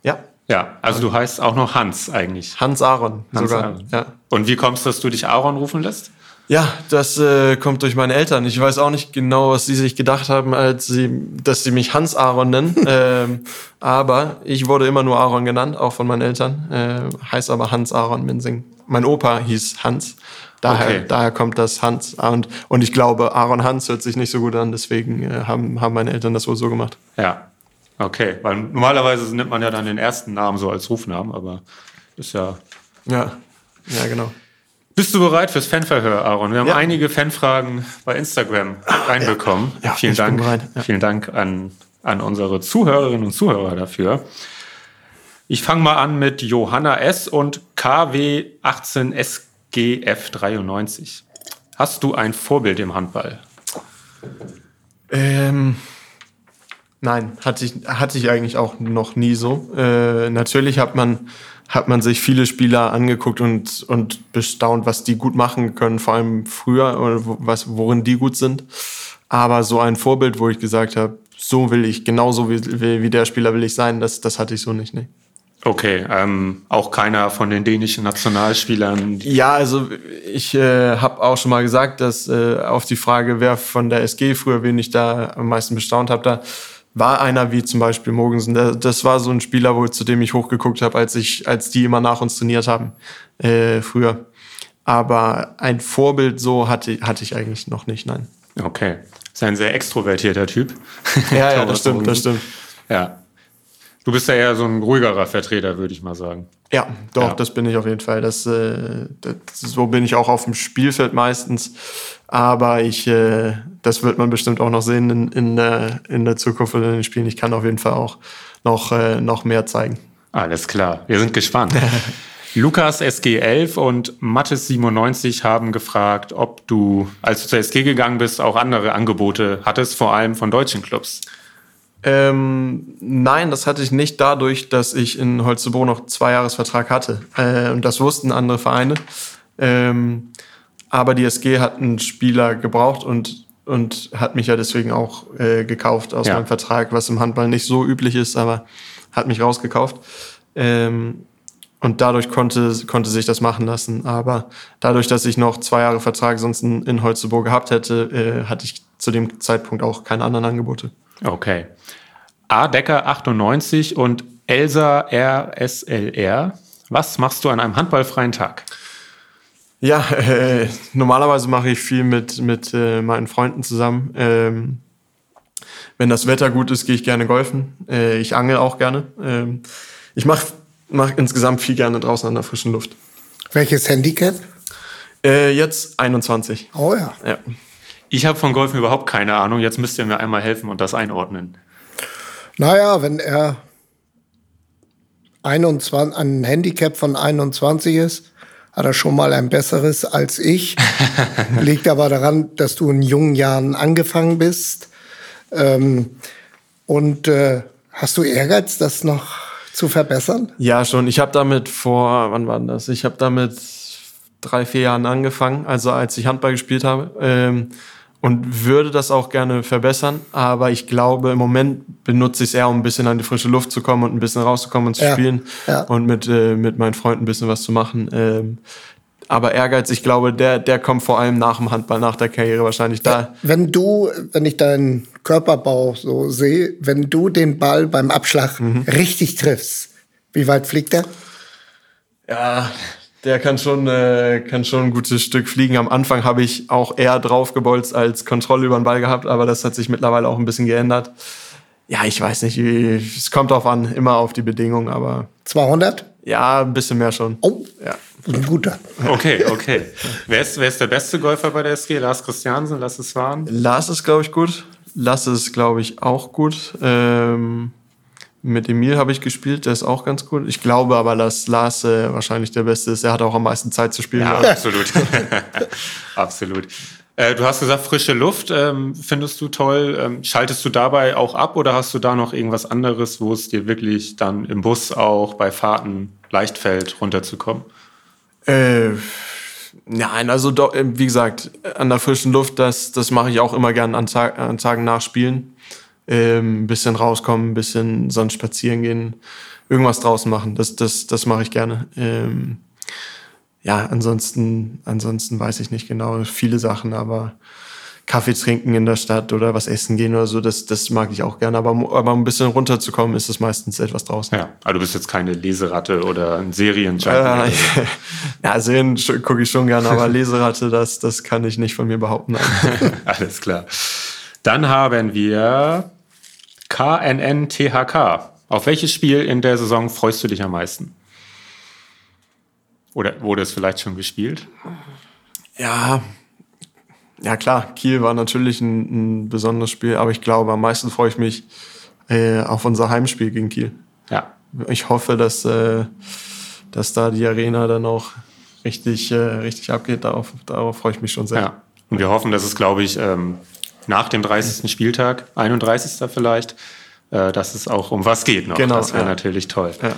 Ja, also du heißt auch noch Hans eigentlich. Hans Aaron sogar. Aaron. Ja. Und wie kommst du, dass du dich Aaron rufen lässt? Ja, das kommt durch meine Eltern. Ich weiß auch nicht genau, was sie sich gedacht haben, dass sie mich Hans Aaron nennen. Aber ich wurde immer nur Aaron genannt, auch von meinen Eltern. Heißt aber Hans Aaron Minsing. Mein Opa hieß Hans. Daher kommt das Hans. Und ich glaube, Aaron Hans hört sich nicht so gut an. Deswegen haben meine Eltern das wohl so gemacht. Ja, okay. Weil normalerweise nimmt man ja dann den ersten Namen so als Rufnamen, aber ist ja... Ja, genau. Bist du bereit fürs Fanverhör, Aaron? Wir haben einige Fanfragen bei Instagram reinbekommen. Ja, vielen Dank. Ja. Vielen Dank an unsere Zuhörerinnen und Zuhörer dafür. Ich fange mal an mit Johanna S. und KW18SGF93. Hast du ein Vorbild im Handball? Nein, hatte ich eigentlich auch noch nie so. Natürlich hat man sich viele Spieler angeguckt und bestaunt, was die gut machen können, vor allem früher, oder worin die gut sind. Aber so ein Vorbild, wo ich gesagt habe, so will ich, genauso wie der Spieler will ich sein, das hatte ich so nicht, ne. Okay, auch keiner von den dänischen Nationalspielern? Ja, also ich habe auch schon mal gesagt, dass auf die Frage, wer von der SG früher, wen ich da am meisten bestaunt habe, da war einer wie zum Beispiel Mogensen. Das war so ein Spieler, zu dem ich hochgeguckt habe, als die immer nach uns trainiert haben, früher. Aber ein Vorbild so hatte ich eigentlich noch nicht, nein. Okay, ist ein sehr extrovertierter Typ. Ja, das stimmt. Ja. Du bist ja eher so ein ruhigerer Vertreter, würde ich mal sagen. Ja, doch, das bin ich auf jeden Fall. So bin ich auch auf dem Spielfeld meistens. Aber das wird man bestimmt auch noch sehen in der Zukunft oder in den Spielen. Ich kann auf jeden Fall auch noch mehr zeigen. Alles klar, wir sind gespannt. Lukas SG11 und Mattes97 haben gefragt, ob du, als du zur SG gegangen bist, auch andere Angebote hattest, vor allem von deutschen Clubs. Nein, das hatte ich nicht dadurch, dass ich in Holstebro noch 2-Jahresvertrag hatte. Und das wussten andere Vereine. Aber die SG hat einen Spieler gebraucht und hat mich ja deswegen auch gekauft aus meinem Vertrag, was im Handball nicht so üblich ist, aber hat mich rausgekauft. Und dadurch konnte sich das machen lassen. Aber dadurch, dass ich noch 2 Jahre Vertrag sonst in Holstebro gehabt hätte, hatte ich zu dem Zeitpunkt auch keine anderen Angebote. Okay. A. Decker 98 und Elsa RSLR. Was machst du an einem handballfreien Tag? Ja, normalerweise mache ich viel mit meinen Freunden zusammen. Wenn das Wetter gut ist, gehe ich gerne golfen. Ich angel auch gerne. Ich mache insgesamt viel gerne draußen an der frischen Luft. Welches Handicap? Jetzt 21. Oh ja. Ich habe von Golfen überhaupt keine Ahnung. Jetzt müsst ihr mir einmal helfen und das einordnen. Naja, wenn er ein Handicap von 21 ist, hat er schon mal ein besseres als ich. Liegt aber daran, dass du in jungen Jahren angefangen bist. Hast du Ehrgeiz, das noch zu verbessern? Ja, schon. Ich habe damit wann war das? Ich habe damit 3-4 Jahren angefangen, also als ich Handball gespielt habe. Und würde das auch gerne verbessern. Aber ich glaube, im Moment benutze ich es eher, um ein bisschen an die frische Luft zu kommen und ein bisschen rauszukommen und zu spielen. Ja. Und mit meinen Freunden ein bisschen was zu machen. Aber Ehrgeiz, ich glaube, der kommt vor allem nach dem Handball, nach der Karriere wahrscheinlich da. Wenn ich deinen Körperbau so sehe, wenn du den Ball beim Abschlag richtig triffst, wie weit fliegt der? Ja, der kann schon ein gutes Stück fliegen. Am Anfang habe ich auch eher draufgebolzt als Kontrolle über den Ball gehabt, aber das hat sich mittlerweile auch ein bisschen geändert. Ja, ich weiß nicht, es kommt drauf an, immer auf die Bedingungen, aber... 200? Ja, ein bisschen mehr schon. Oh, ja. Ein guter. Okay. Wer ist der beste Golfer bei der SG? Lars Christiansen, Lasse Swan? Lars ist, glaube ich, gut. Lasse ist, glaube ich, auch gut. Mit Emil habe ich gespielt, der ist auch ganz gut. Ich glaube aber, dass Lars wahrscheinlich der Beste ist. Er hat auch am meisten Zeit zu spielen. Ja, absolut. Absolut. Du hast gesagt, frische Luft findest du toll. Schaltest du dabei auch ab oder hast du da noch irgendwas anderes, wo es dir wirklich dann im Bus auch bei Fahrten leicht fällt, runterzukommen? Nein, also wie gesagt, an der frischen Luft, das mache ich auch immer gern an Tagen nach Spielen. Ein bisschen rauskommen, ein bisschen sonst spazieren gehen. irgendwas draußen machen. Das mache ich gerne. Ja, ansonsten weiß ich nicht genau viele Sachen, aber Kaffee trinken in der Stadt oder was essen gehen oder so, das mag ich auch gerne. Aber um ein bisschen runterzukommen, ist es meistens etwas draußen. Ja, aber du bist jetzt keine Leseratte oder ein Serienjunkie. Ja, Serien gucke ich schon gerne, aber Leseratte, das kann ich nicht von mir behaupten. Alles klar. Dann haben wir KNNTHK. Auf welches Spiel in der Saison freust du dich am meisten? Oder wurde es vielleicht schon gespielt? Ja, klar, Kiel war natürlich ein besonderes Spiel, aber ich glaube, am meisten freue ich mich auf unser Heimspiel gegen Kiel. Ja. Ich hoffe, dass da die Arena dann auch richtig abgeht. Darauf freue ich mich schon sehr. Ja. Und wir hoffen, dass es, glaube ich, nach dem 30. Spieltag, 31. vielleicht, dass es auch um was geht noch. Genau, das wäre natürlich toll. Ja.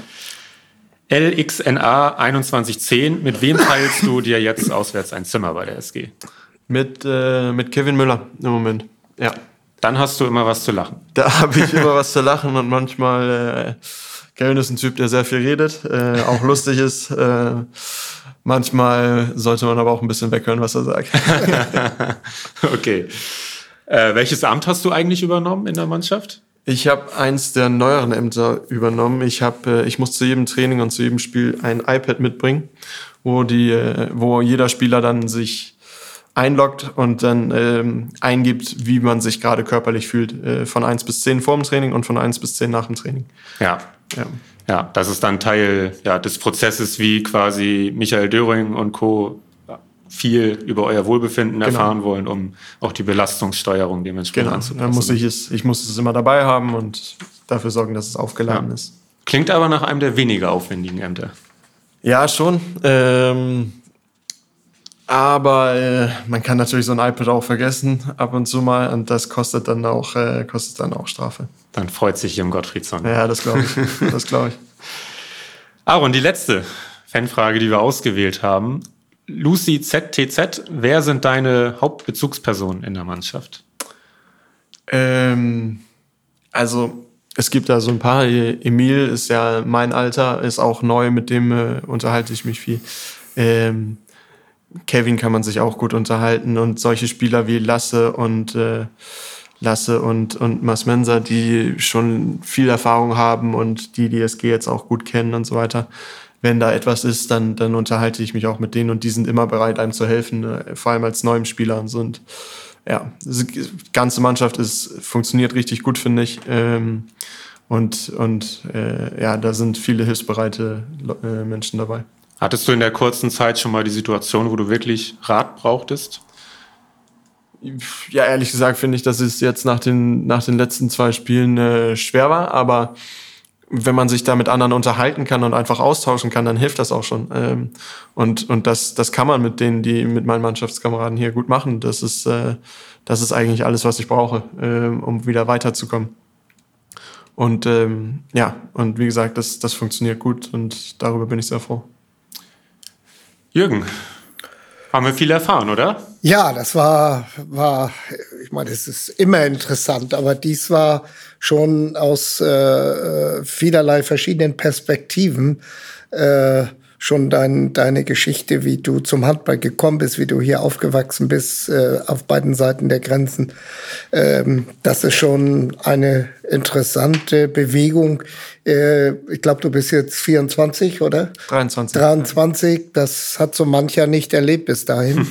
LXNA 2110, mit wem teilst du dir jetzt auswärts ein Zimmer bei der SG? Mit Kevin Müller im Moment, ja. Dann hast du immer was zu lachen. Da habe ich immer was zu lachen und manchmal, Kevin ist ein Typ, der sehr viel redet, auch lustig ist. Manchmal sollte man aber auch ein bisschen weghören, was er sagt. Okay. Welches Amt hast du eigentlich übernommen in der Mannschaft? Ich habe eins der neueren Ämter übernommen. Ich muss zu jedem Training und zu jedem Spiel ein iPad mitbringen, wo jeder Spieler dann sich einloggt und dann eingibt, wie man sich gerade körperlich fühlt. Von 1 bis 10 vor dem Training und von 1 bis 10 nach dem Training. Ja, das ist dann Teil des Prozesses, wie quasi Michael Döring und Co. viel über euer Wohlbefinden erfahren wollen, um auch die Belastungssteuerung dementsprechend anzupassen. Ich muss es immer dabei haben und dafür sorgen, dass es aufgeladen ist. Klingt aber nach einem der weniger aufwendigen Ämter. Ja, schon. Aber man kann natürlich so ein iPad auch vergessen ab und zu mal und das kostet dann auch Strafe. Dann freut sich Jim Gottfriedson. Ja, das glaube ich. Aaron, die letzte Fanfrage, die wir ausgewählt haben. Lucy ZTZ, wer sind deine Hauptbezugspersonen in der Mannschaft? Also es gibt da so ein paar. Emil ist ja mein Alter, ist auch neu, mit dem unterhalte ich mich viel. Kevin kann man sich auch gut unterhalten und solche Spieler wie Lasse und Masmensa, die schon viel Erfahrung haben und die SG jetzt auch gut kennen und so weiter. Wenn da etwas ist, dann unterhalte ich mich auch mit denen und die sind immer bereit, einem zu helfen, vor allem als neuem Spieler. Und ja, die ganze Mannschaft funktioniert richtig gut, finde ich. Da sind viele hilfsbereite Menschen dabei. Hattest du in der kurzen Zeit schon mal die Situation, wo du wirklich Rat brauchtest? Ja, ehrlich gesagt finde ich, dass es jetzt nach den letzten 2 Spielen schwer war, aber wenn man sich da mit anderen unterhalten kann und einfach austauschen kann, dann hilft das auch schon. Und das kann man mit meinen Mannschaftskameraden hier gut machen. Das ist eigentlich alles, was ich brauche, um wieder weiterzukommen. Und und wie gesagt, das funktioniert gut und darüber bin ich sehr froh. Jürgen, haben wir viel erfahren, oder? Ja, das war, ich meine, es ist immer interessant, aber dies war schon aus vielerlei verschiedenen Perspektiven schon deine Geschichte, wie du zum Handball gekommen bist, wie du hier aufgewachsen bist, auf beiden Seiten der Grenzen. Das ist schon eine interessante Bewegung. Ich glaube, du bist jetzt 24, oder? 23. Das hat so mancher nicht erlebt bis dahin.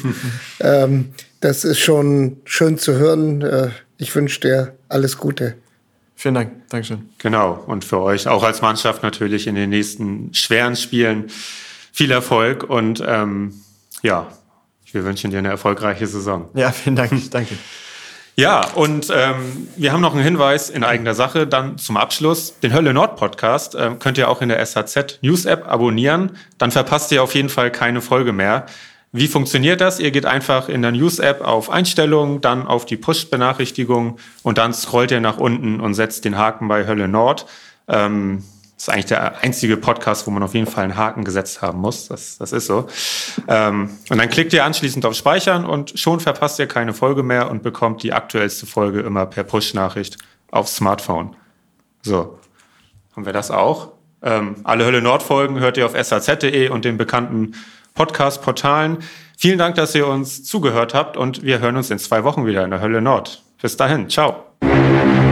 Das ist schon schön zu hören. Ich wünsche dir alles Gute. Vielen Dank. Dankeschön. Genau. Und für euch auch als Mannschaft natürlich in den nächsten schweren Spielen viel Erfolg. Und wir wünschen dir eine erfolgreiche Saison. Ja, vielen Dank. Danke. Ja, und wir haben noch einen Hinweis in eigener Sache dann zum Abschluss. Den Hölle Nord Podcast könnt ihr auch in der SHZ News App abonnieren. Dann verpasst ihr auf jeden Fall keine Folge mehr. Wie funktioniert das? Ihr geht einfach in der News-App auf Einstellungen, dann auf die Push-Benachrichtigung und dann scrollt ihr nach unten und setzt den Haken bei Hölle Nord. Das ist eigentlich der einzige Podcast, wo man auf jeden Fall einen Haken gesetzt haben muss. Das ist so. Und dann klickt ihr anschließend auf Speichern und schon verpasst ihr keine Folge mehr und bekommt die aktuellste Folge immer per Push-Nachricht aufs Smartphone. So, haben wir das auch? Alle Hölle Nord-Folgen hört ihr auf saz.de und den bekannten Podcast-Portalen. Vielen Dank, dass ihr uns zugehört habt und wir hören uns in 2 Wochen wieder in der Hölle Nord. Bis dahin, ciao.